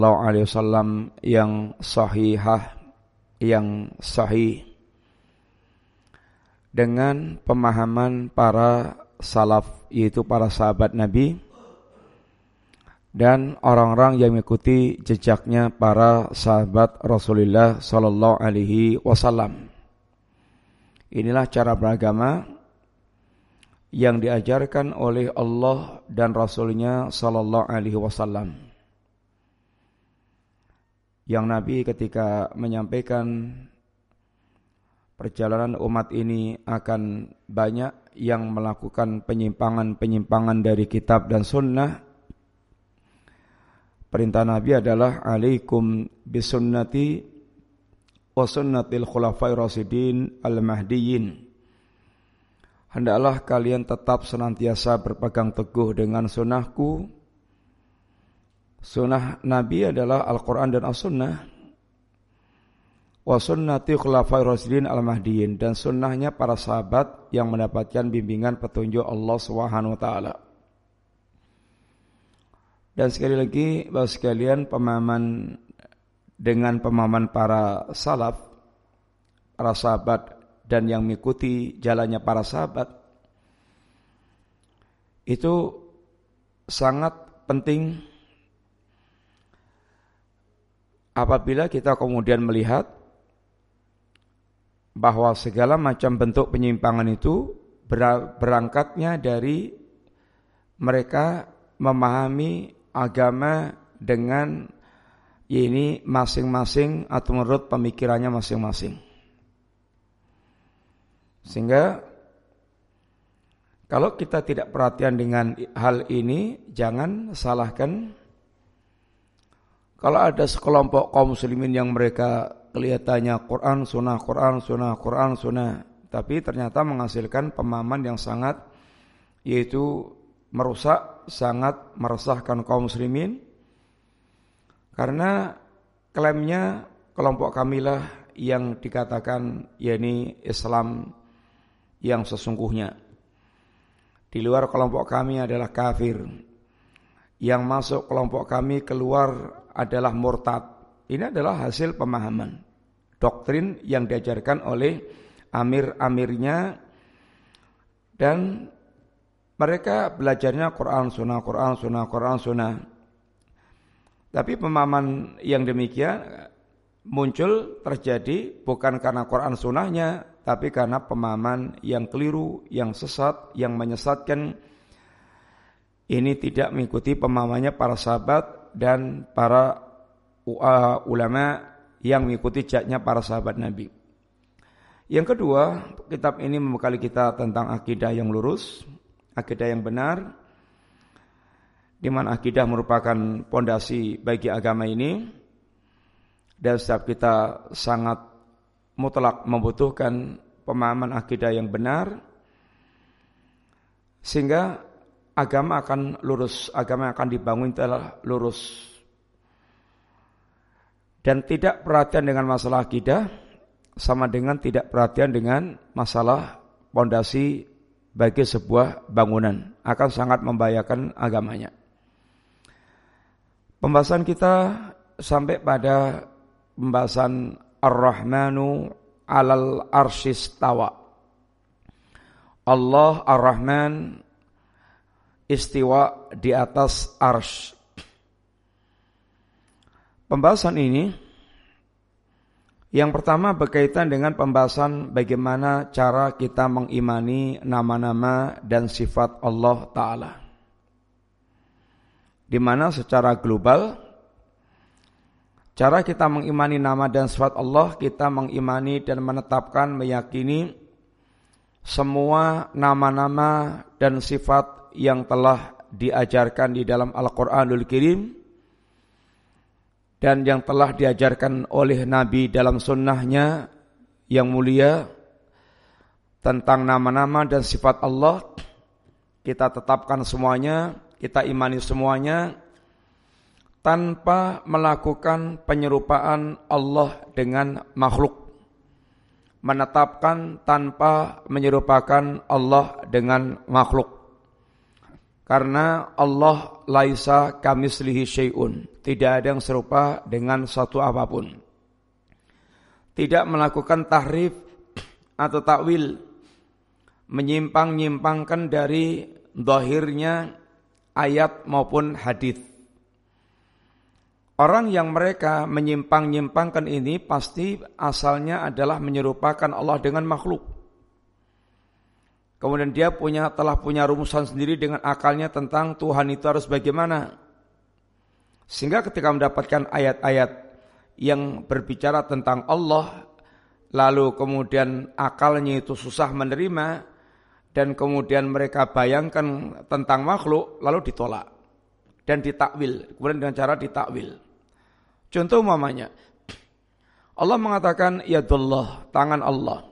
sallallahu alaihi wasallam yang sahihah, yang sahih dengan pemahaman para salaf, yaitu para sahabat Nabi dan orang-orang yang mengikuti jejaknya para sahabat Rasulullah sallallahu alaihi wasallam. Inilah cara beragama yang diajarkan oleh Allah dan Rasulnya sallallahu alaihi wasallam. Yang Nabi ketika menyampaikan perjalanan umat ini akan banyak yang melakukan penyimpangan-penyimpangan dari kitab dan sunnah, perintah Nabi adalah alaikum bisunnati wa sunnatil khulafai rasyidin al-mahdiyyin. Hendaklah kalian tetap senantiasa berpegang teguh dengan sunnahku. Sunnah Nabi adalah Al-Quran dan As-Sunnah. Wa sunnati khulafai rasyidin al-mahdiyyin, dan sunnahnya para sahabat yang mendapatkan bimbingan petunjuk Allah Subhanahu wa taala. Dan sekali lagi Bapak sekalian, dengan pemahaman para salaf, para sahabat dan yang mengikuti jalannya para sahabat, itu sangat penting. Apabila kita kemudian melihat bahwa segala macam bentuk penyimpangan itu berangkatnya dari mereka memahami agama dengan ini masing-masing atau menurut pemikirannya masing-masing. Sehingga kalau kita tidak perhatian dengan hal ini, jangan salahkan kalau ada sekelompok kaum muslimin yang mereka kelihatannya Quran, sunnah, Quran, sunnah, Quran, sunnah, tapi ternyata menghasilkan pemahaman yang sangat, yaitu merusak, sangat meresahkan kaum muslimin. Karena klaimnya kelompok kamilah yang dikatakan yakni Islam yang sesungguhnya. Di luar kelompok kami adalah kafir. Yang masuk kelompok kami keluar adalah murtad. Ini adalah hasil pemahaman doktrin yang diajarkan oleh amir-amirnya, dan mereka belajarnya Quran, sunnah, Quran, sunnah, Quran, sunnah. Tapi pemahaman yang demikian muncul terjadi bukan karena Quran sunnahnya, tapi karena pemahaman yang keliru, yang sesat, yang menyesatkan. Ini tidak mengikuti pemahamannya para sahabat dan para ulama yang mengikuti jejaknya para sahabat Nabi. Yang kedua, kitab ini membekali kita tentang akidah yang lurus, akidah yang benar, di mana akidah merupakan pondasi bagi agama ini, dan setiap kita sangat mutlak membutuhkan pemahaman akidah yang benar, sehingga agama akan lurus, agama yang akan dibangun telah lurus. Dan tidak perhatian dengan masalah akidah sama dengan tidak perhatian dengan masalah pondasi bagi sebuah bangunan, akan sangat membahayakan agamanya. Pembahasan kita sampai pada pembahasan Ar-Rahmanu 'alal arsyis tawa. Allah Ar-Rahman istiwa di atas arsy. Pembahasan ini yang pertama berkaitan dengan pembahasan bagaimana cara kita mengimani nama-nama dan sifat Allah Ta'ala, di mana secara global cara kita mengimani nama dan sifat Allah, kita mengimani dan menetapkan, meyakini semua nama-nama dan sifat yang telah diajarkan di dalam Al-Quranul Karim dan yang telah diajarkan oleh Nabi dalam sunnahnya yang mulia tentang nama-nama dan sifat Allah. Kita tetapkan semuanya, kita imani semuanya tanpa melakukan penyerupaan Allah dengan makhluk, menetapkan tanpa menyerupakan Allah dengan makhluk. Karena Allah laisa kamislihi syai'un, tidak ada yang serupa dengan suatu apapun. Tidak melakukan tahrif atau takwil, menyimpang-nyimpangkan dari zahirnya ayat maupun hadis. Orang yang mereka menyimpang-nyimpangkan ini pasti asalnya adalah menyerupakan Allah dengan makhluk. Kemudian dia telah punya rumusan sendiri dengan akalnya tentang Tuhan itu harus bagaimana. Sehingga ketika mendapatkan ayat-ayat yang berbicara tentang Allah, lalu kemudian akalnya itu susah menerima, dan kemudian mereka bayangkan tentang makhluk, lalu ditolak dan ditakwil, kemudian dengan cara ditakwil. Contoh umpamanya, Allah mengatakan yadullah, tangan Allah.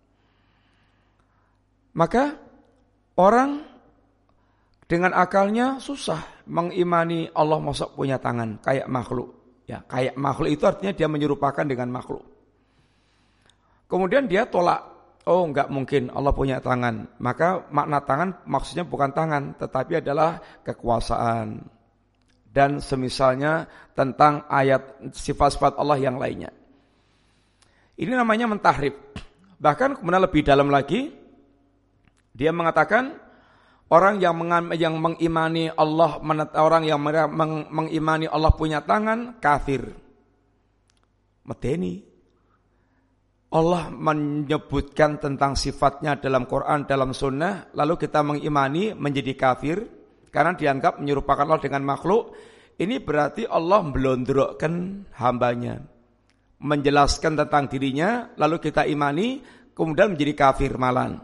Maka orang dengan akalnya susah mengimani Allah masa punya tangan kayak makhluk. Ya, kayak makhluk itu artinya dia menyerupakan dengan makhluk. Kemudian dia tolak, oh enggak mungkin Allah punya tangan. Maka makna tangan maksudnya bukan tangan, tetapi adalah kekuasaan dan semisalnya tentang ayat sifat-sifat Allah yang lainnya. Ini namanya mentahrif. Bahkan kemudian lebih dalam lagi, dia mengatakan orang yang mengimani Allah, orang yang mengimani Allah punya tangan, kafir. Medeni. Allah menyebutkan tentang sifatnya dalam Quran, dalam sunnah, lalu kita mengimani menjadi kafir, karena dianggap menyerupakan Allah dengan makhluk. Ini berarti Allah melondrokkan hambanya, menjelaskan tentang dirinya, lalu kita imani, kemudian menjadi kafir malan.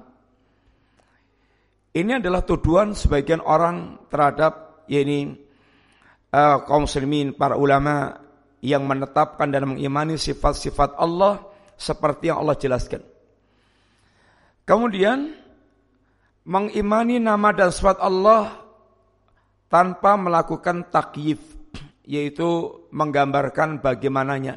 Ini adalah tuduhan sebagian orang terhadap kaum muslimin, para ulama yang menetapkan dan mengimani sifat-sifat Allah seperti yang Allah jelaskan. Kemudian mengimani nama dan sifat Allah tanpa melakukan takyif, yaitu menggambarkan bagaimananya.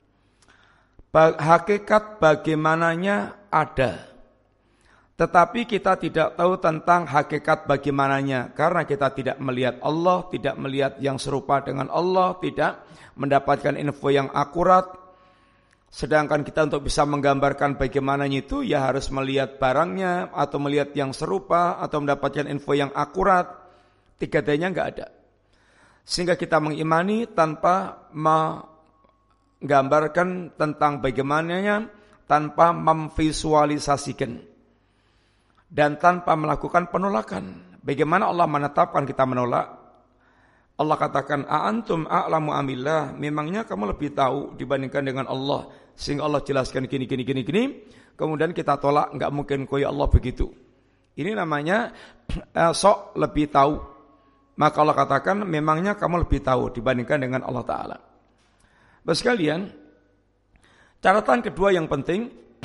Hakikat bagaimananya ada, tetapi kita tidak tahu tentang hakikat bagaimananya, karena kita tidak melihat Allah, tidak melihat yang serupa dengan Allah, tidak mendapatkan info yang akurat. Sedangkan kita untuk bisa menggambarkan bagaimananya itu, ya harus melihat barangnya, atau melihat yang serupa, atau mendapatkan info yang akurat. Tiga-tiganya enggak ada. Sehingga kita mengimani tanpa menggambarkan tentang bagaimananya, tanpa memvisualisasikan, dan tanpa melakukan penolakan. Bagaimana Allah menetapkan kita menolak? Allah katakan, a'antum a'lamu amillah, memangnya kamu lebih tahu dibandingkan dengan Allah. Sehingga Allah jelaskan gini. Kemudian kita tolak, enggak mungkin kau ya Allah begitu. Ini namanya sok lebih tahu. Maka Allah katakan, memangnya kamu lebih tahu dibandingkan dengan Allah Ta'ala. Bapak sekalian, catatan kedua yang penting,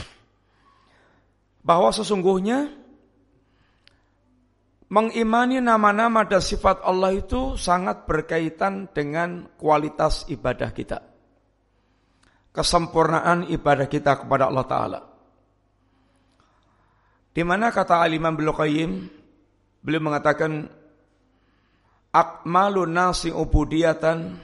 bahwa sesungguhnya mengimani nama-nama dan sifat Allah itu sangat berkaitan dengan kualitas ibadah kita. Kesempurnaan ibadah kita kepada Allah Ta'ala. Di mana kata Al-Imam Ibnu Qayyim, beliau mengatakan, akmalun nasi ubudiyatan,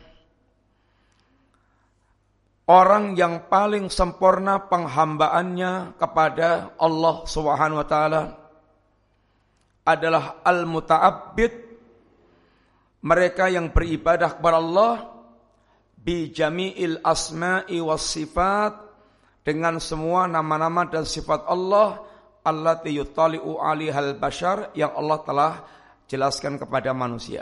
orang yang paling sempurna penghambaannya kepada Allah Subhanahu wa taala adalah al-muta'abbid, mereka yang beribadah kepada Allah bi jami'il asma'i was sifat, dengan semua nama-nama dan sifat Allah allati yuttali'u 'alaihal bashar, yang Allah telah jelaskan kepada manusia.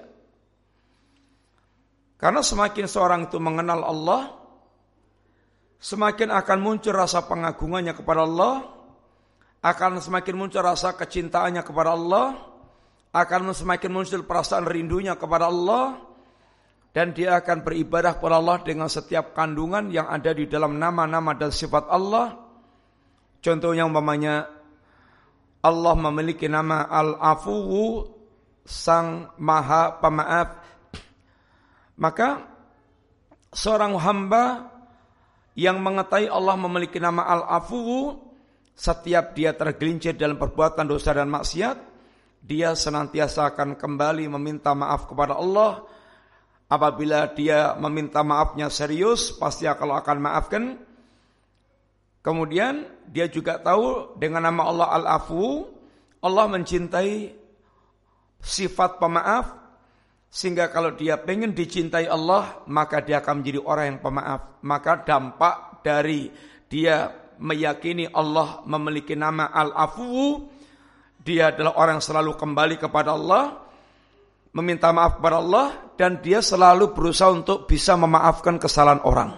Karena semakin seorang itu mengenal Allah, semakin akan muncul rasa pengagungannya kepada Allah, akan semakin muncul rasa kecintaannya kepada Allah, akan semakin muncul perasaan rindunya kepada Allah, dan dia akan beribadah kepada Allah dengan setiap kandungan yang ada di dalam nama-nama dan sifat Allah. Contohnya umpamanya, Allah memiliki nama Al-Afuwu, Sang Maha Pemaaf. Maka seorang hamba yang mengetahui Allah memiliki nama Al-Afuwu, setiap dia tergelincir dalam perbuatan dosa dan maksiat, dia senantiasa akan kembali meminta maaf kepada Allah. Apabila dia meminta maafnya serius, pasti akan maafkan. Kemudian dia juga tahu dengan nama Allah Al-Afu, Allah mencintai sifat pemaaf, sehingga kalau dia pengen dicintai Allah, maka dia akan menjadi orang yang pemaaf. Maka dampak dari dia meyakini Allah memiliki nama Al-Afu, dia adalah orang yang selalu kembali kepada Allah, meminta maaf kepada Allah, dan dia selalu berusaha untuk bisa memaafkan kesalahan orang.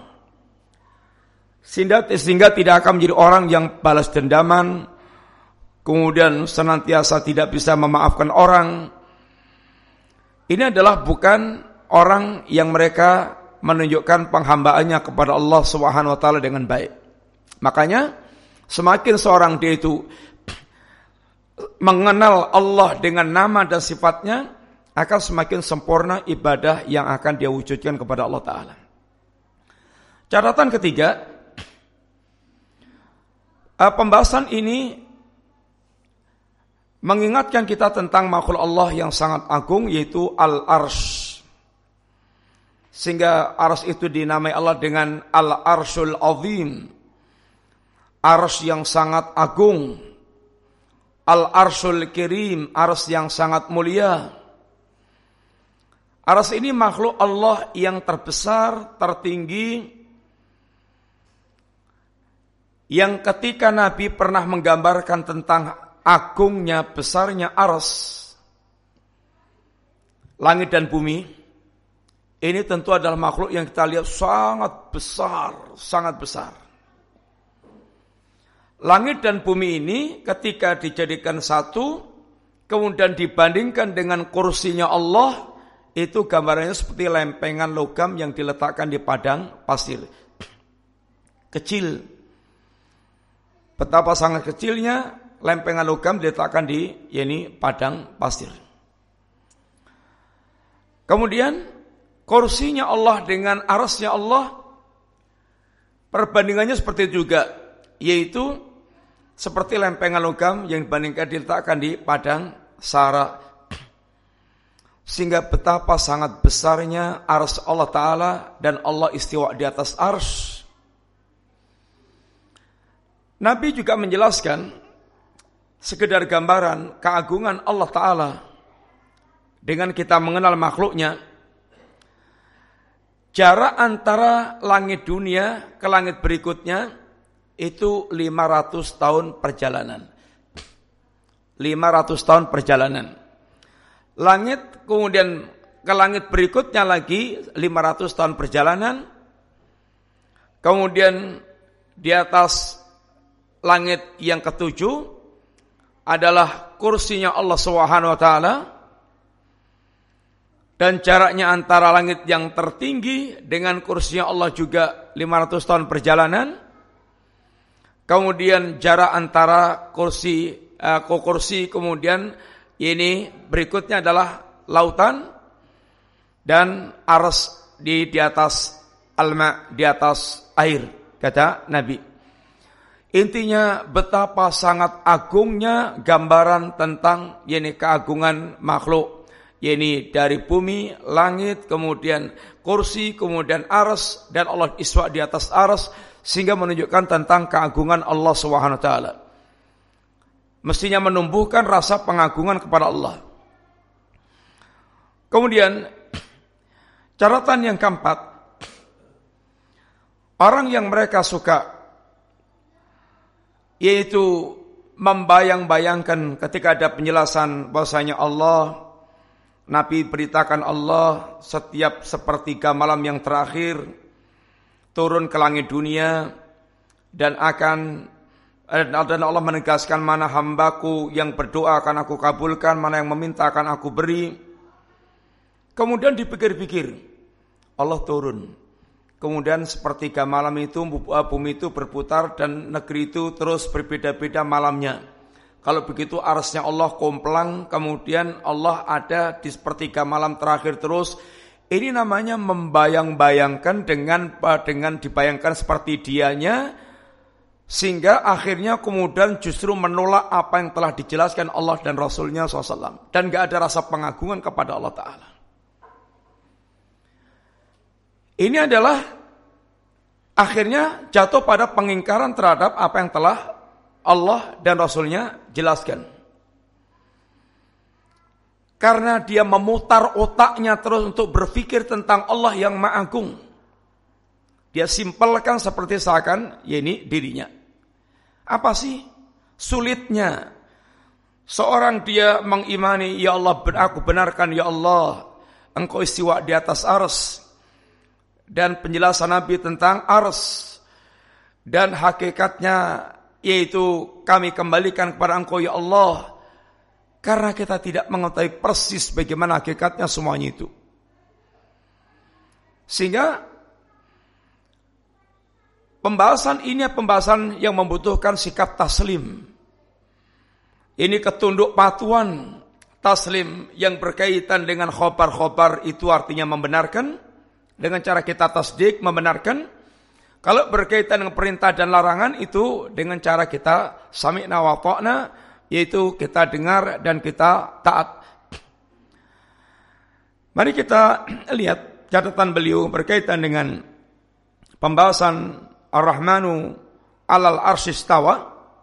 Sehingga tidak akan menjadi orang yang balas dendaman, kemudian senantiasa tidak bisa memaafkan orang. Ini adalah bukan orang yang mereka menunjukkan penghambaannya kepada Allah Subhanahu wa taala dengan baik. Makanya semakin seorang dia itu mengenal Allah dengan nama dan sifatnya, akan semakin sempurna ibadah yang akan dia wujudkan kepada Allah Ta'ala. Catatan ketiga, pembahasan ini mengingatkan kita tentang makhluk Allah yang sangat agung, yaitu Al-Arsh. Sehingga Arsh itu dinamai Allah dengan Al-Arshul Azim, Arsh yang sangat agung. Al-Arshul Kirim, Arsh yang sangat mulia. Arsh ini makhluk Allah yang terbesar, tertinggi, yang ketika Nabi pernah menggambarkan tentang agungnya, besarnya Arsh, langit dan bumi, ini tentu adalah makhluk yang kita lihat sangat besar, sangat besar. Langit dan bumi ini ketika dijadikan satu, kemudian dibandingkan dengan kursinya Allah, itu gambarannya seperti lempengan logam yang diletakkan di padang pasir. Kecil. Betapa sangat kecilnya lempengan logam diletakkan di padang pasir. Kemudian kursinya Allah dengan arasnya Allah, perbandingannya seperti itu juga, yaitu seperti lempengan logam yang dibandingkan diletakkan di padang sahara. Sehingga betapa sangat besarnya arsy Allah Ta'ala, dan Allah istiwa di atas arsy. Nabi juga menjelaskan sekedar gambaran keagungan Allah Ta'ala dengan kita mengenal makhluknya. Jarak antara langit dunia ke langit berikutnya itu 500 tahun perjalanan. 500 tahun perjalanan. Langit kemudian ke langit berikutnya lagi 500 tahun perjalanan. Kemudian di atas langit yang ketujuh adalah kursinya Allah Subhanahu wa taala. Dan jaraknya antara langit yang tertinggi dengan kursinya Allah juga 500 tahun perjalanan. Kemudian jarak antara kursi kemudian ini berikutnya adalah lautan, dan arsy di atas alma, di atas air, kata Nabi. Intinya betapa sangat agungnya gambaran tentang keagungan makhluk, dari bumi, langit, kemudian kursi, kemudian arsy, dan Allah iswa di atas arsy, sehingga menunjukkan tentang keagungan Allah Subhanahu wa taala. Mestinya menumbuhkan rasa pengagungan kepada Allah. Kemudian catatan yang keempat, orang yang mereka suka yaitu membayang-bayangkan ketika ada penjelasan bahwasanya Allah, Nabi beritakan Allah setiap sepertiga malam yang terakhir turun ke langit dunia, dan Allah menegaskan mana hambaku yang berdoa akan aku kabulkan, mana yang meminta akan aku beri. Kemudian dipikir-pikir, Allah turun. Kemudian sepertiga malam itu bumi itu berputar dan negeri itu terus berbeda-beda malamnya. Kalau begitu arsy-nya Allah komplang, kemudian Allah ada di sepertiga malam terakhir terus. Ini namanya membayang-bayangkan dengan dibayangkan seperti dianya Sehingga akhirnya kemudian justru menolak apa yang telah dijelaskan Allah dan Rasulnya SAW. Dan gak ada rasa pengagungan kepada Allah Ta'ala. Ini adalah akhirnya jatuh pada pengingkaran terhadap apa yang telah Allah dan Rasulnya jelaskan. Karena dia memutar otaknya terus untuk berpikir tentang Allah yang Maha Agung. Dia simpelkan seperti seakan ini dirinya. Apa sih sulitnya seorang dia mengimani, ya Allah, aku benarkan ya Allah, engkau istiwa di atas arsy, dan penjelasan Nabi tentang arsy dan hakikatnya yaitu kami kembalikan kepada engkau ya Allah, karena kita tidak mengetahui persis bagaimana hakikatnya semuanya itu. Sehingga pembahasan ini pembahasan yang membutuhkan sikap taslim. Ini ketunduk patuhan taslim yang berkaitan dengan khobar-khobar, itu artinya membenarkan. Dengan cara kita tasdik, membenarkan. Kalau berkaitan dengan perintah dan larangan, itu dengan cara kita sami'na wa ta'na, yaitu kita dengar dan kita taat. Mari kita lihat catatan beliau berkaitan dengan pembahasan Ar-Rahmanu 'alal arsy istawa.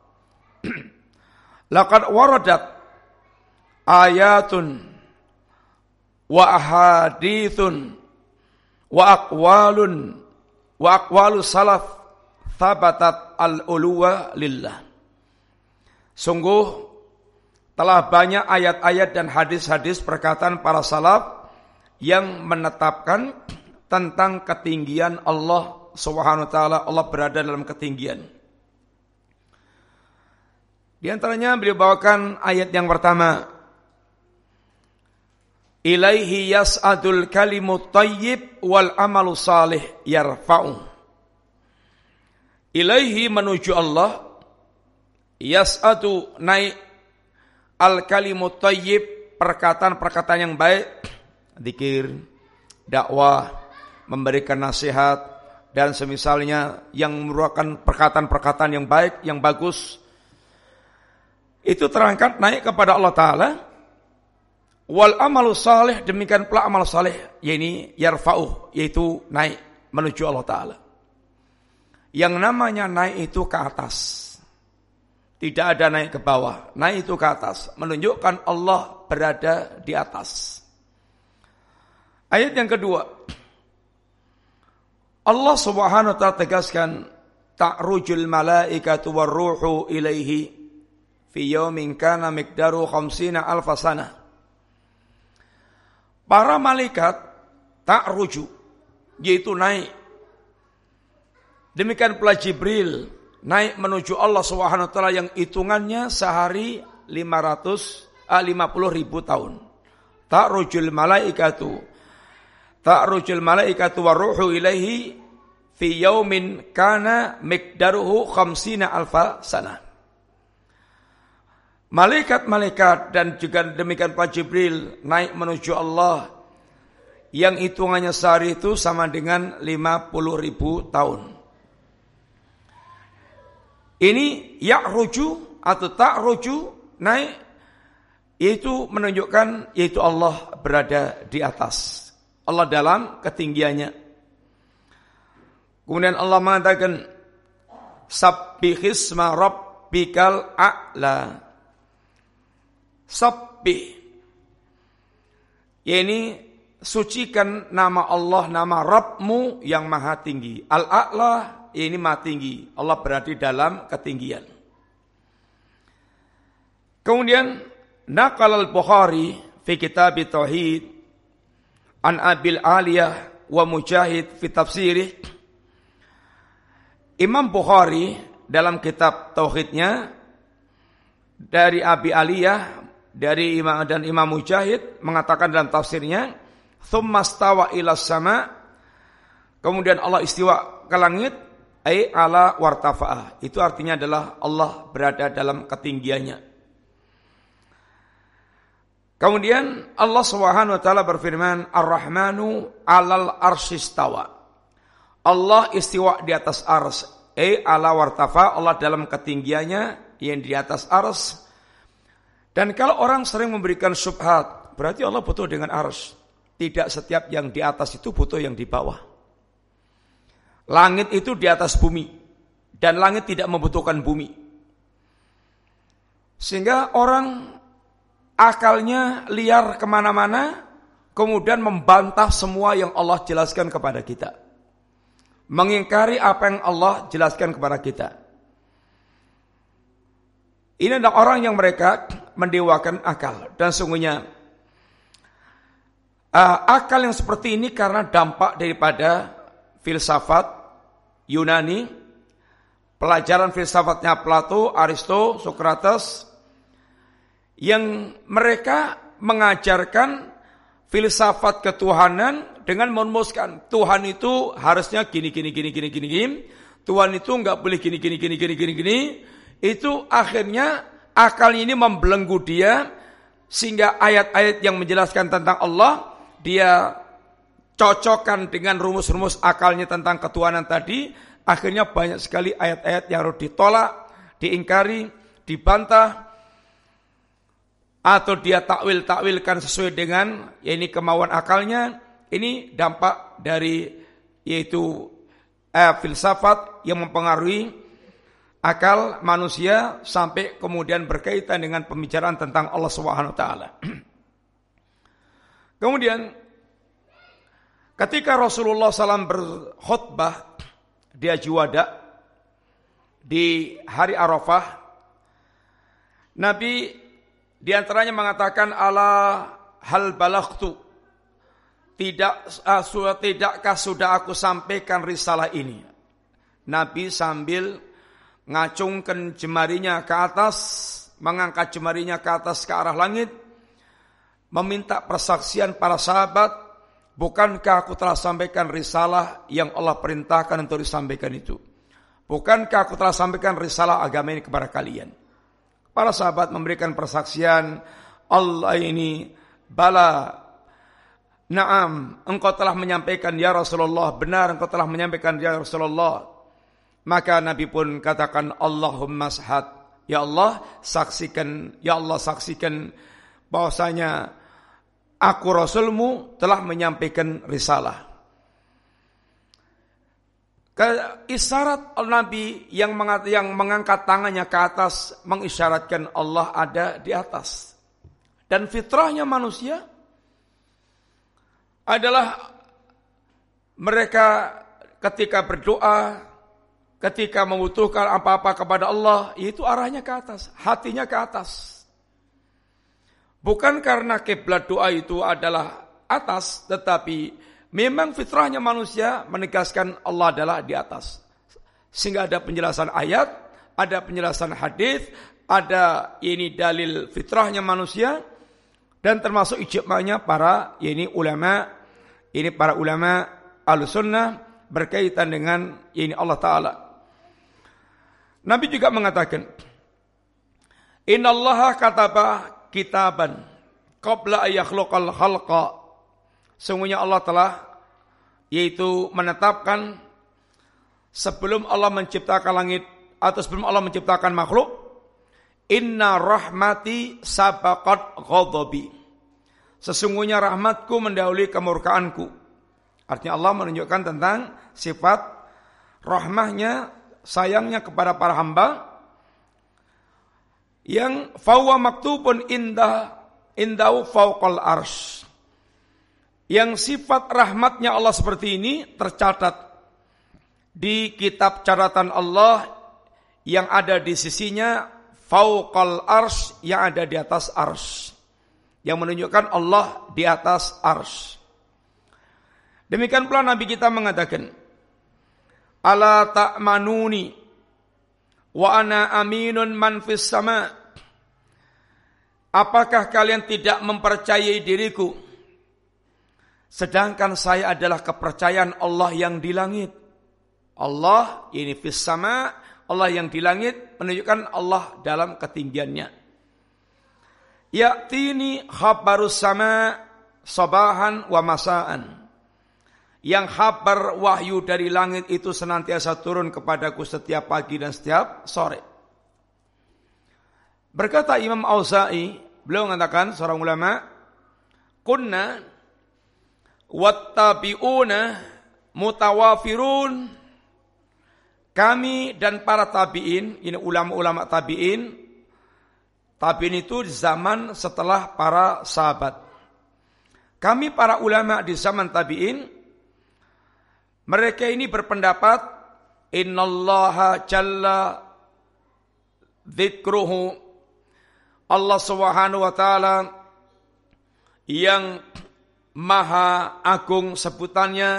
Laqad waradat ayatun wa ahaditsun wa aqwalu salaf thabatat al-uluwa lillah. Sungguh telah banyak ayat-ayat dan hadis-hadis perkataan para salaf yang menetapkan tentang ketinggian Allah Subhanahu wa ta'ala. Allah berada dalam ketinggian. Di antaranya beliau bawakan ayat yang pertama. Ilaihi yas'adul kalimut thayyib wal amalu salih yarfa'u. Ilaihi menuju Allah, yas'adu naik, al kalimut thayyib perkataan-perkataan yang baik, zikir, dakwah, memberikan nasihat, dan semisalnya yang merupakan perkataan-perkataan yang baik, yang bagus, itu terangkat naik kepada Allah Ta'ala. Wal amalu salih, demikian pula amal salih, yaitu yarfa'uh, yaitu naik menuju Allah Ta'ala. Yang namanya naik itu ke atas, tidak ada naik ke bawah. Naik itu ke atas, menunjukkan Allah berada di atas. Ayat yang kedua, Allah Subhanahu wa ta'ala tegaskan, ta'rujul malaikatu warruhu ilaihi fi yaumin kana miqdaru 50 alf sanah. Para malaikat ta'ruju, yaitu naik. Demikian pula Jibril naik menuju Allah Subhanahu wa ta'ala yang hitungannya sehari 50.000 tahun. Ta'rujul malaikatu warruhu ilaihi fi yaumin kana miqdaruhu 50 alfa sanah. Malaikat-malaikat dan juga demikian Pak Jibril naik menuju Allah yang hitungannya sehari itu sama dengan 50.000 tahun. Ini ya'ruju atau ta'ruju, naik, yaitu menunjukkan yaitu Allah berada di atas. Allah dalam ketinggiannya. Kemudian Allah mengatakan, Sabbihisma rabbikal a'la. Sabbih, yakni sucikan nama Allah, nama Rabbmu yang maha tinggi. Al-a'la, ini maha tinggi. Allah berada dalam ketinggian. Kemudian naqal al-Bukhari fi kitab tauhid an Abil Aliyah wa Mujahid fi tafsirih. Imam Bukhari dalam kitab tauhidnya dari Abi Aliyah dari Imam Mujahid mengatakan dalam tafsirnya, tsumma stawa ilas sama, kemudian Allah istiwa ke langit, ai ala wartafa'ah. Itu artinya adalah Allah berada dalam ketinggiannya. Kemudian Allah Subhanahu wa taala berfirman, Ar-Rahmanu 'alal arsy istawa. Allah istiwa di atas arsy. ala wartafa, Allah dalam ketinggiannya yang di atas ars. Dan kalau orang sering memberikan syubhat, berarti Allah butuh dengan ars. Tidak setiap yang di atas itu butuh yang di bawah. Langit itu di atas bumi, dan langit tidak membutuhkan bumi. Sehingga orang akalnya liar kemana-mana, kemudian membantah semua yang Allah jelaskan kepada kita, mengingkari apa yang Allah jelaskan kepada kita. Ini adalah orang yang mereka mendewakan akal. Dan sungguhnya akal yang seperti ini karena dampak daripada filsafat Yunani, pelajaran filsafatnya Plato, Aristo, Socrates, yang mereka mengajarkan filsafat ketuhanan dengan merumuskan Tuhan itu harusnya gini. Tuhan itu enggak boleh gini. Itu akhirnya akalnya ini membelenggu dia, sehingga ayat-ayat yang menjelaskan tentang Allah dia cocokkan dengan rumus-rumus akalnya tentang ketuhanan tadi. Akhirnya banyak sekali ayat-ayat yang harus ditolak, diingkari, dibantah, atau dia takwil-takwilkan sesuai dengan ini kemauan akalnya. Ini dampak dari yaitu filsafat yang mempengaruhi akal manusia sampai kemudian berkaitan dengan pembicaraan tentang Allah Subhanahu wa taala. Kemudian ketika Rasulullah SAW berkhutbah di Haji Wada di hari Arafah, Nabi diantaranya mengatakan ala hal balaghtu, tidakkah sudah aku sampaikan risalah ini. Nabi sambil ngacungkan jemarinya ke atas, mengangkat jemarinya ke atas ke arah langit, meminta persaksian para sahabat, bukankah aku telah sampaikan risalah yang Allah perintahkan untuk disampaikan itu? Bukankah aku telah sampaikan risalah agama ini kepada kalian? Para sahabat memberikan persaksian, Allah ini bala, na'am, engkau telah menyampaikan ya Rasulullah, benar engkau telah menyampaikan ya Rasulullah. Maka Nabi pun katakan Allahumma shahad, ya Allah saksikan, ya Allah saksikan bahwasanya aku Rasulmu telah menyampaikan risalah. Isyarat Nabi yang mengangkat tangannya ke atas mengisyaratkan Allah ada di atas. Dan fitrahnya manusia adalah mereka ketika berdoa, ketika membutuhkan apa-apa kepada Allah, itu arahnya ke atas, hatinya ke atas. Bukan karena kiblat doa itu adalah atas, tetapi memang fitrahnya manusia menegaskan Allah adalah di atas. Sehingga ada penjelasan ayat, ada penjelasan hadis, ada ini dalil fitrahnya manusia, dan termasuk ijma'nya para para ulama Ahlussunnah berkaitan dengan ini Allah Ta'ala. Nabi juga mengatakan, Innallaha kataba kitaban qabla ayakhluqal khalqa. Sungguhnya Allah telah yaitu menetapkan sebelum Allah menciptakan langit atau sebelum Allah menciptakan makhluk, inna rahmati sabaqat ghadabi. Sesungguhnya rahmatku mendahului kemurkaanku. Artinya Allah menunjukkan tentang sifat rahmahnya, sayangnya kepada para hamba yang fawa maktubun indahu fauqal arsy. Yang sifat rahmatnya Allah seperti ini tercatat di kitab catatan Allah yang ada di sisinya fauqal arsy, yang ada di atas arsy, yang menunjukkan Allah di atas arsy. Demikian pula Nabi kita mengatakan, ala ta'manuni wa ana aminun man fis sama. Apakah kalian tidak mempercayai diriku, sedangkan saya adalah kepercayaan Allah yang di langit. Allah ini fis sama, Allah yang di langit menunjukkan Allah dalam ketinggiannya. Ya'tini khabarus sama sabahan wa masaan. yang kabar wahyu dari langit itu senantiasa turun kepadaku setiap pagi dan setiap sore. Berkata Imam Auza'i, beliau mengatakan seorang ulama, kunna wattabi'una mutawafirun. Kami dan para tabi'in, ini ulama-ulama tabi'in. Tabi'in itu di zaman setelah para sahabat. Kami para ulama di zaman tabi'in, mereka ini berpendapat, innallaha jalla dzikruhu, Allah Subhanahu wa taala yang maha agung sebutannya,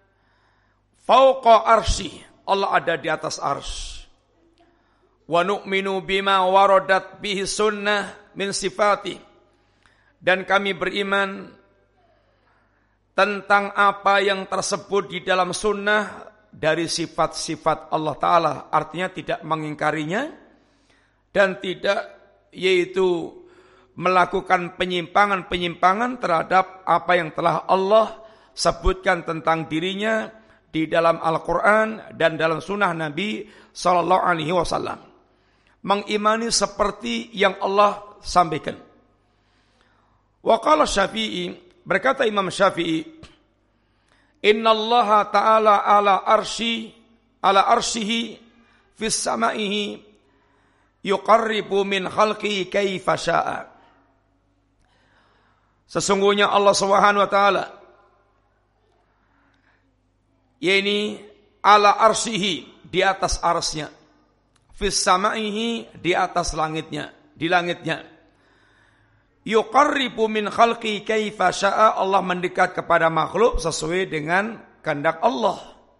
fauqa arsy, Allah ada di atas arsy. Wa nu'minu bima waradat bihi sunnah min sifati, dan kami beriman tentang apa yang tersebut di dalam sunnah dari sifat-sifat Allah Ta'ala. Artinya tidak mengingkarinya dan tidak yaitu melakukan penyimpangan-penyimpangan terhadap apa yang telah Allah sebutkan tentang dirinya di dalam Al-Quran dan dalam sunnah Nabi Sallallahu Alaihi Wasallam. Mengimani seperti yang Allah sampaikan. Wa qala Syafi'i, berkata Imam Syafi'i, innallaha ta'ala ala arsyihi fis sama'ihi yuqarribu min khalqihi kaifa sya'a. Sesungguhnya Allah Subhanahu wa taala yakni ala arsyihi, di atas arsy-Nya, fis sama'ihi, di atas langitnya, di langitnya. Yuqarribu min khalqi kaifa sya'a, Allah mendekat kepada makhluk sesuai dengan kehendak Allah.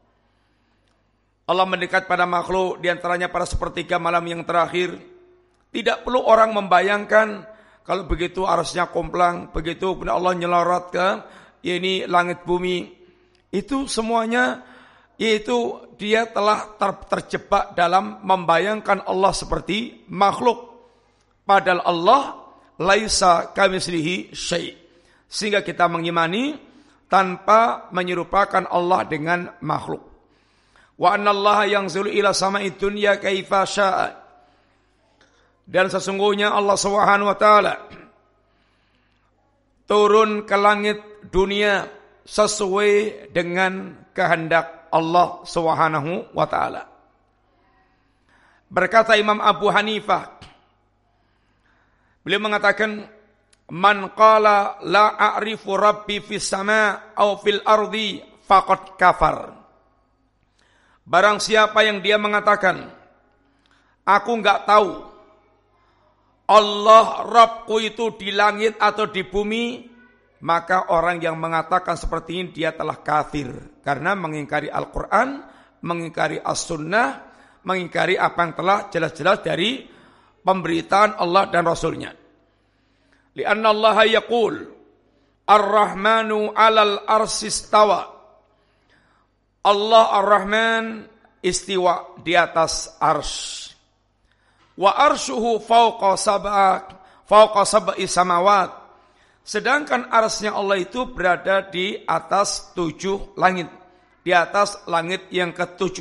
Allah mendekat pada makhluk di antaranya pada sepertiga malam yang terakhir. Tidak perlu orang membayangkan kalau begitu arsy-Nya komplang, begitu Allah nyelorot ke ini langit bumi. Itu semuanya yaitu dia telah terjebak dalam membayangkan Allah seperti makhluk. Padahal Allah laisa kamitslihi syai'. Sehingga kita mengimani tanpa menyerupakan Allah dengan makhluk. Wa annallaha yanzilu ila sama'i dunya kaifa syaa. Dan sesungguhnya Allah Subhanahu wa taala turun ke langit dunia sesuai dengan kehendak Allah Subhanahu wa taala. Berkata Imam Abu Hanifah, beliau mengatakan, man qala la a'rifu rabbi fis sama' aw fil ardi faqad kafar. Barang siapa yang dia mengatakan, aku enggak tahu Allah Rabbku itu di langit atau di bumi, maka orang yang mengatakan seperti ini dia telah kafir. Karena mengingkari Al-Quran, mengingkari As-Sunnah, mengingkari apa yang telah jelas-jelas dari pemberitaan Allah dan Rasulnya. Lianna Allah yaqul, Ar-Rahmanu alal arsistawa. Allah Ar-Rahman istiwa di atas arsy. Wa arshuhu fawqa sab'i samawat. Sedangkan arsy-Nya Allah itu berada di atas 7 langit. Di atas langit yang ke-7.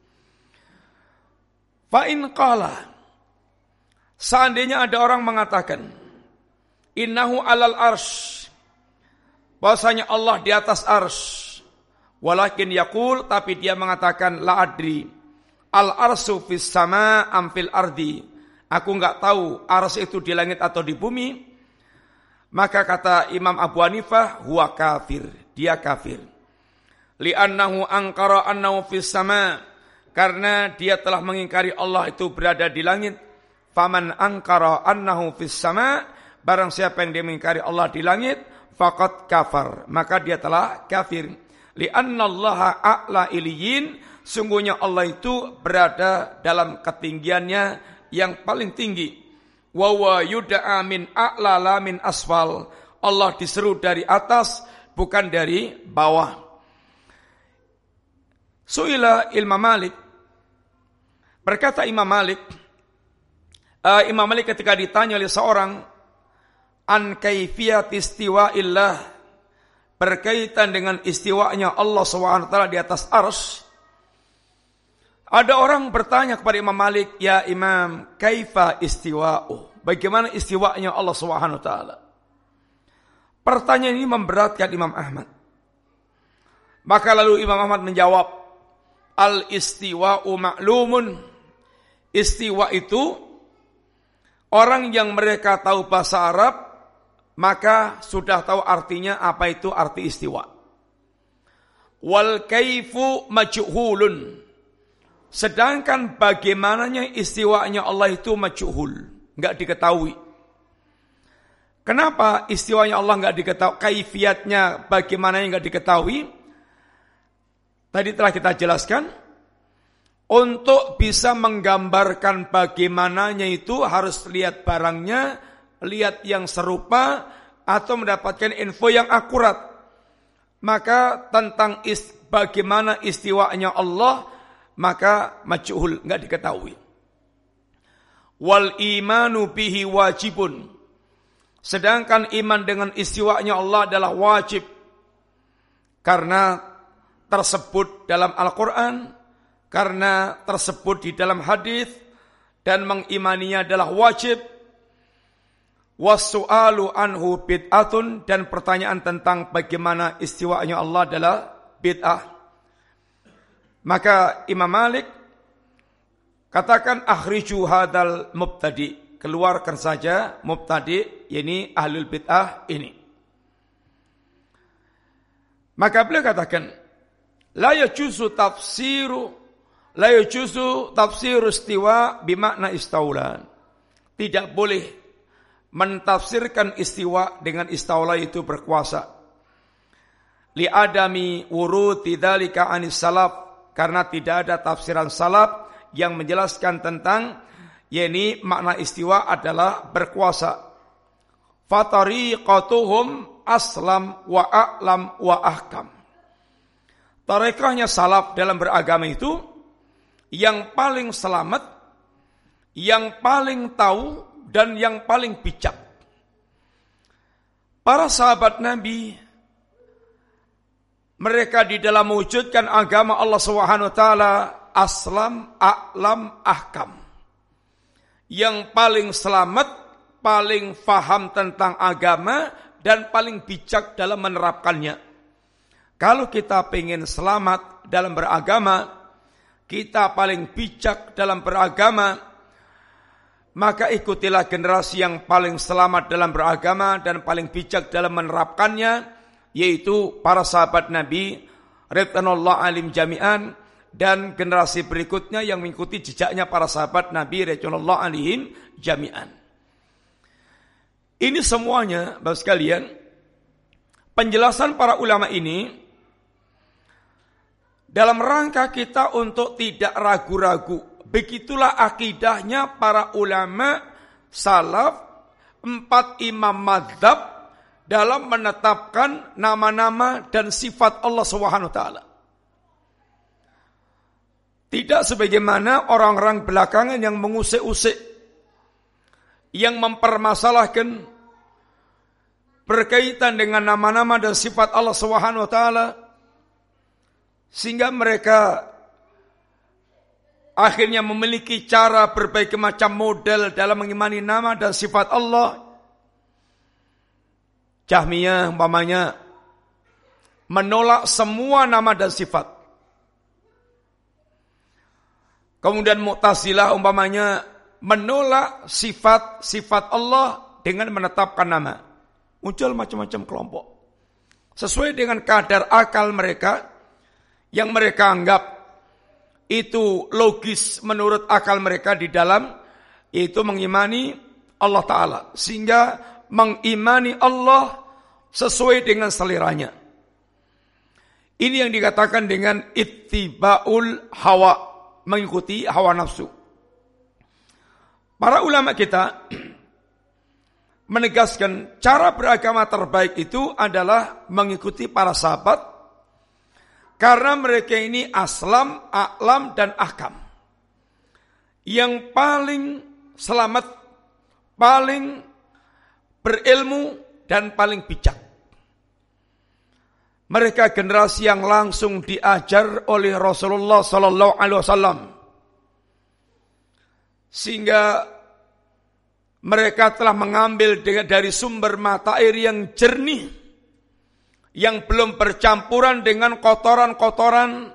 Fa in qala, seandainya ada orang mengatakan, innahu alal arsy, bahwasanya Allah di atas arsy, walakin yaqul, tapi dia mengatakan la adri, al arsyu fis sama am fil ardi, aku enggak tahu arsy itu di langit atau di bumi. Maka kata Imam Abu Hanifah, huwa kafir, dia kafir. Li'annahu angkara annahu fis sama, karena dia telah mengingkari Allah itu berada di langit. Faman angkara annahu fis sama, barang siapa yang dia mengingkari Allah di langit, faqad kafar, maka dia telah kafir. Li'annallaha a'la iliyyin, sungguhnya Allah itu berada dalam ketinggiannya yang paling tinggi. Wa wa yud'a min a'la la min asfal. Allah diseru dari atas, bukan dari bawah. Su'ila Imam Malik, berkata Imam Malik, Imam Malik ketika ditanya oleh seorang an kaifiyat istiwa'illah, berkaitan dengan istiwanya Allah SWT di atas arsy, ada orang bertanya kepada Imam Malik, "Ya Imam, kaifa istiwa'u?" Bagaimana istiwanya Allah SWT? Pertanyaan ini memberatkan Imam Ahmad. Maka lalu Imam Ahmad menjawab, "Al-istiwa'u ma'lumun." Istiwa itu, orang yang mereka tahu bahasa Arab, maka sudah tahu artinya apa itu arti istiwa. Wal kaifu majhulun. Sedangkan bagaimananya istiwanya Allah itu majhul, enggak diketahui. Kenapa istiwanya Allah enggak diketahui? Kaifiatnya bagaimananya enggak diketahui? Tadi telah kita jelaskan. Untuk bisa menggambarkan bagaimananya itu harus lihat barangnya, lihat yang serupa, atau mendapatkan info yang akurat. Maka tentang bagaimana istiwanya Allah, maka majhul, enggak diketahui. Wal imanu bihi wajibun. Sedangkan iman dengan istiwanya Allah adalah wajib. Karena tersebut dalam Al-Quran, karena tersebut di dalam hadis, dan mengimaninya adalah wajib. Wassu'alu anhu bid'atun, dan pertanyaan tentang bagaimana istiwanya Allah adalah bid'ah. Maka Imam Malik katakan, akhriju hadal mubtadi, keluarkan saja mubtadi, ini ahlul bid'ah ini. Maka beliau katakan, la yajuzu tafsiru istiwa bimakna istaulan. Tidak boleh mentafsirkan istiwa dengan istaula itu berkuasa. Li adami wuruti dzalika anis salaf, karena tidak ada tafsiran salaf yang menjelaskan tentang yakni makna istiwa adalah berkuasa. Fatariqatuhum aslam wa a'lam wa ahkam. Tarekahnya salaf dalam beragama itu yang paling selamat, yang paling tahu, dan yang paling bijak. Para sahabat Nabi, mereka di dalam mewujudkan agama Allah SWT, aslam, a'lam, ahkam. Yang paling selamat, paling faham tentang agama, dan paling bijak dalam menerapkannya. Kalau kita ingin selamat dalam beragama, kita paling bijak dalam beragama, maka ikutilah generasi yang paling selamat dalam beragama dan paling bijak dalam menerapkannya, yaitu para sahabat Nabi ridwanullah alim jami'an, dan generasi berikutnya yang mengikuti jejaknya para sahabat Nabi ridwanullah alihim jami'an. Ini semuanya, Bapak sekalian, penjelasan para ulama ini dalam rangka kita untuk tidak ragu-ragu. Begitulah akidahnya para ulama salaf, 4 imam madzhab dalam menetapkan nama-nama dan sifat Allah SWT. Tidak sebagaimana orang-orang belakangan yang mengusik-usik, yang mempermasalahkan berkaitan dengan nama-nama dan sifat Allah SWT, sehingga mereka akhirnya memiliki cara berbagai macam model dalam mengimani nama dan sifat Allah. Jahmiyah umpamanya menolak semua nama dan sifat. Kemudian Mu'tazilah umpamanya menolak sifat-sifat Allah dengan menetapkan nama. Muncul macam-macam kelompok. Sesuai dengan kadar akal mereka, yang mereka anggap itu logis menurut akal mereka di dalam, itu mengimani Allah Ta'ala. Sehingga mengimani Allah sesuai dengan seleranya. Ini yang dikatakan dengan ittiba'ul hawa, mengikuti hawa nafsu. Para ulama kita menegaskan cara beragama terbaik itu adalah mengikuti para sahabat, karena mereka ini aslam, a'lam, dan ahkam. Yang paling selamat, paling berilmu, dan paling bijak. Mereka generasi yang langsung diajar oleh Rasulullah sallallahu alaihi wasallam. Sehingga mereka telah mengambil dari sumber mata air yang jernih, yang belum bercampuran dengan kotoran-kotoran,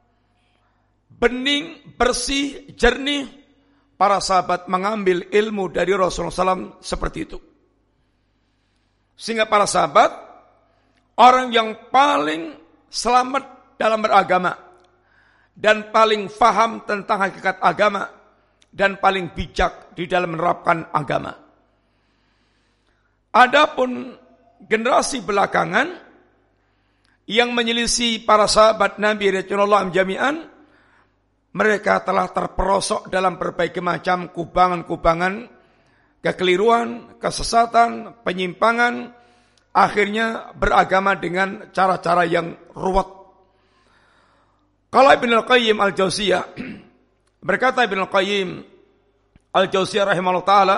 bening, bersih, jernih. Para sahabat mengambil ilmu dari Rasulullah SAW seperti itu. Sehingga para sahabat, orang yang paling selamat dalam beragama, dan paling faham tentang hakikat agama, dan paling bijak di dalam menerapkan agama. Adapun generasi belakangan yang menyelisih para sahabat Nabi Rasulullah jami'an, mereka telah terperosok dalam berbagai macam kubangan-kubangan, kekeliruan, kesesatan, penyimpangan, akhirnya beragama dengan cara-cara yang ruwet. Kalau Ibnu Al-Qayyim Al-Jauziyah, berkata Ibnu Al-Qayyim Al-Jauziyah rahimahullah ta'ala,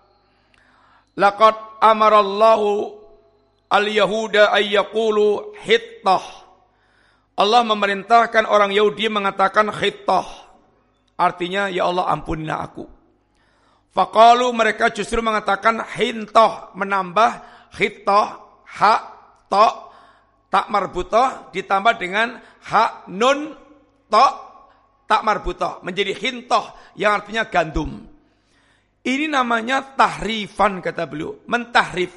laqad amarallahu al-yahuda ay yaqulu hittah. Allah memerintahkan orang Yahudi mengatakan khittah. Artinya, ya Allah ampunilah aku. Faqalu, mereka justru mengatakan hintah, menambah khittah, ha, ta, tak marbutah, ditambah dengan ha, nun, ta, tak marbutah. Menjadi hintah, yang artinya gandum. Ini namanya tahrifan, kata beliau. Mentahrif.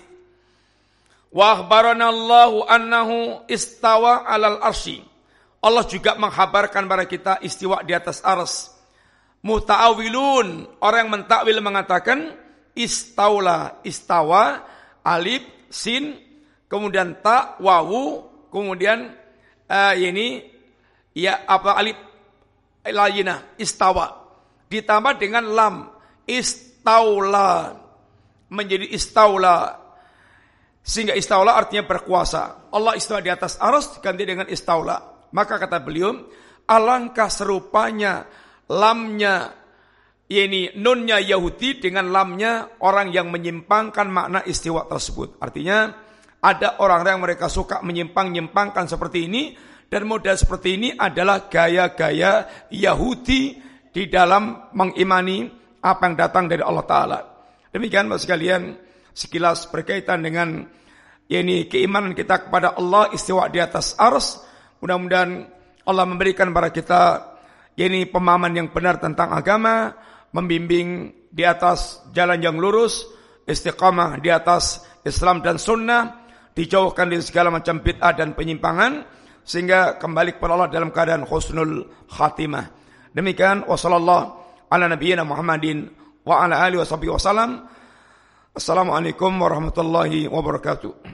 Wa akhbarana Allahu annahu istawa alal arsy. Allah juga menghabarkan kepada kita istiwa di atas arsy. Muta'awilun, orang yang mentakwil mengatakan istaula, istawa, alif, sin, kemudian ta, wawu, kemudian ini ya apa alif layinah, istawa. Ditambah dengan lam, istaula, menjadi istaula. Sehingga istaula artinya berkuasa. Allah istawa di atas arsy diganti dengan istaula. Maka kata beliau, alangkah serupanya lamnya, ini nunnya Yahudi dengan lamnya orang yang menyimpangkan makna istiwa tersebut. Artinya ada orang-orang yang mereka suka menyimpang-nyimpangkan seperti ini, dan model seperti ini adalah gaya-gaya Yahudi di dalam mengimani apa yang datang dari Allah Ta'ala. Demikian Bapak sekalian, sekilas berkaitan dengan ini keimanan kita kepada Allah istiwa di atas arsy. Mudah-mudahan Allah memberikan kepada kita ini pemahaman yang benar tentang agama, membimbing di atas jalan yang lurus, istiqamah di atas Islam dan sunnah, dijauhkan dari segala macam bid'ah dan penyimpangan, sehingga kembali kepada Allah dalam keadaan husnul khatimah. Demikian wassallallahu ala nabiyyina Muhammadin wa ala alihi wasallam. Assalamualaikum warahmatullahi wabarakatuh.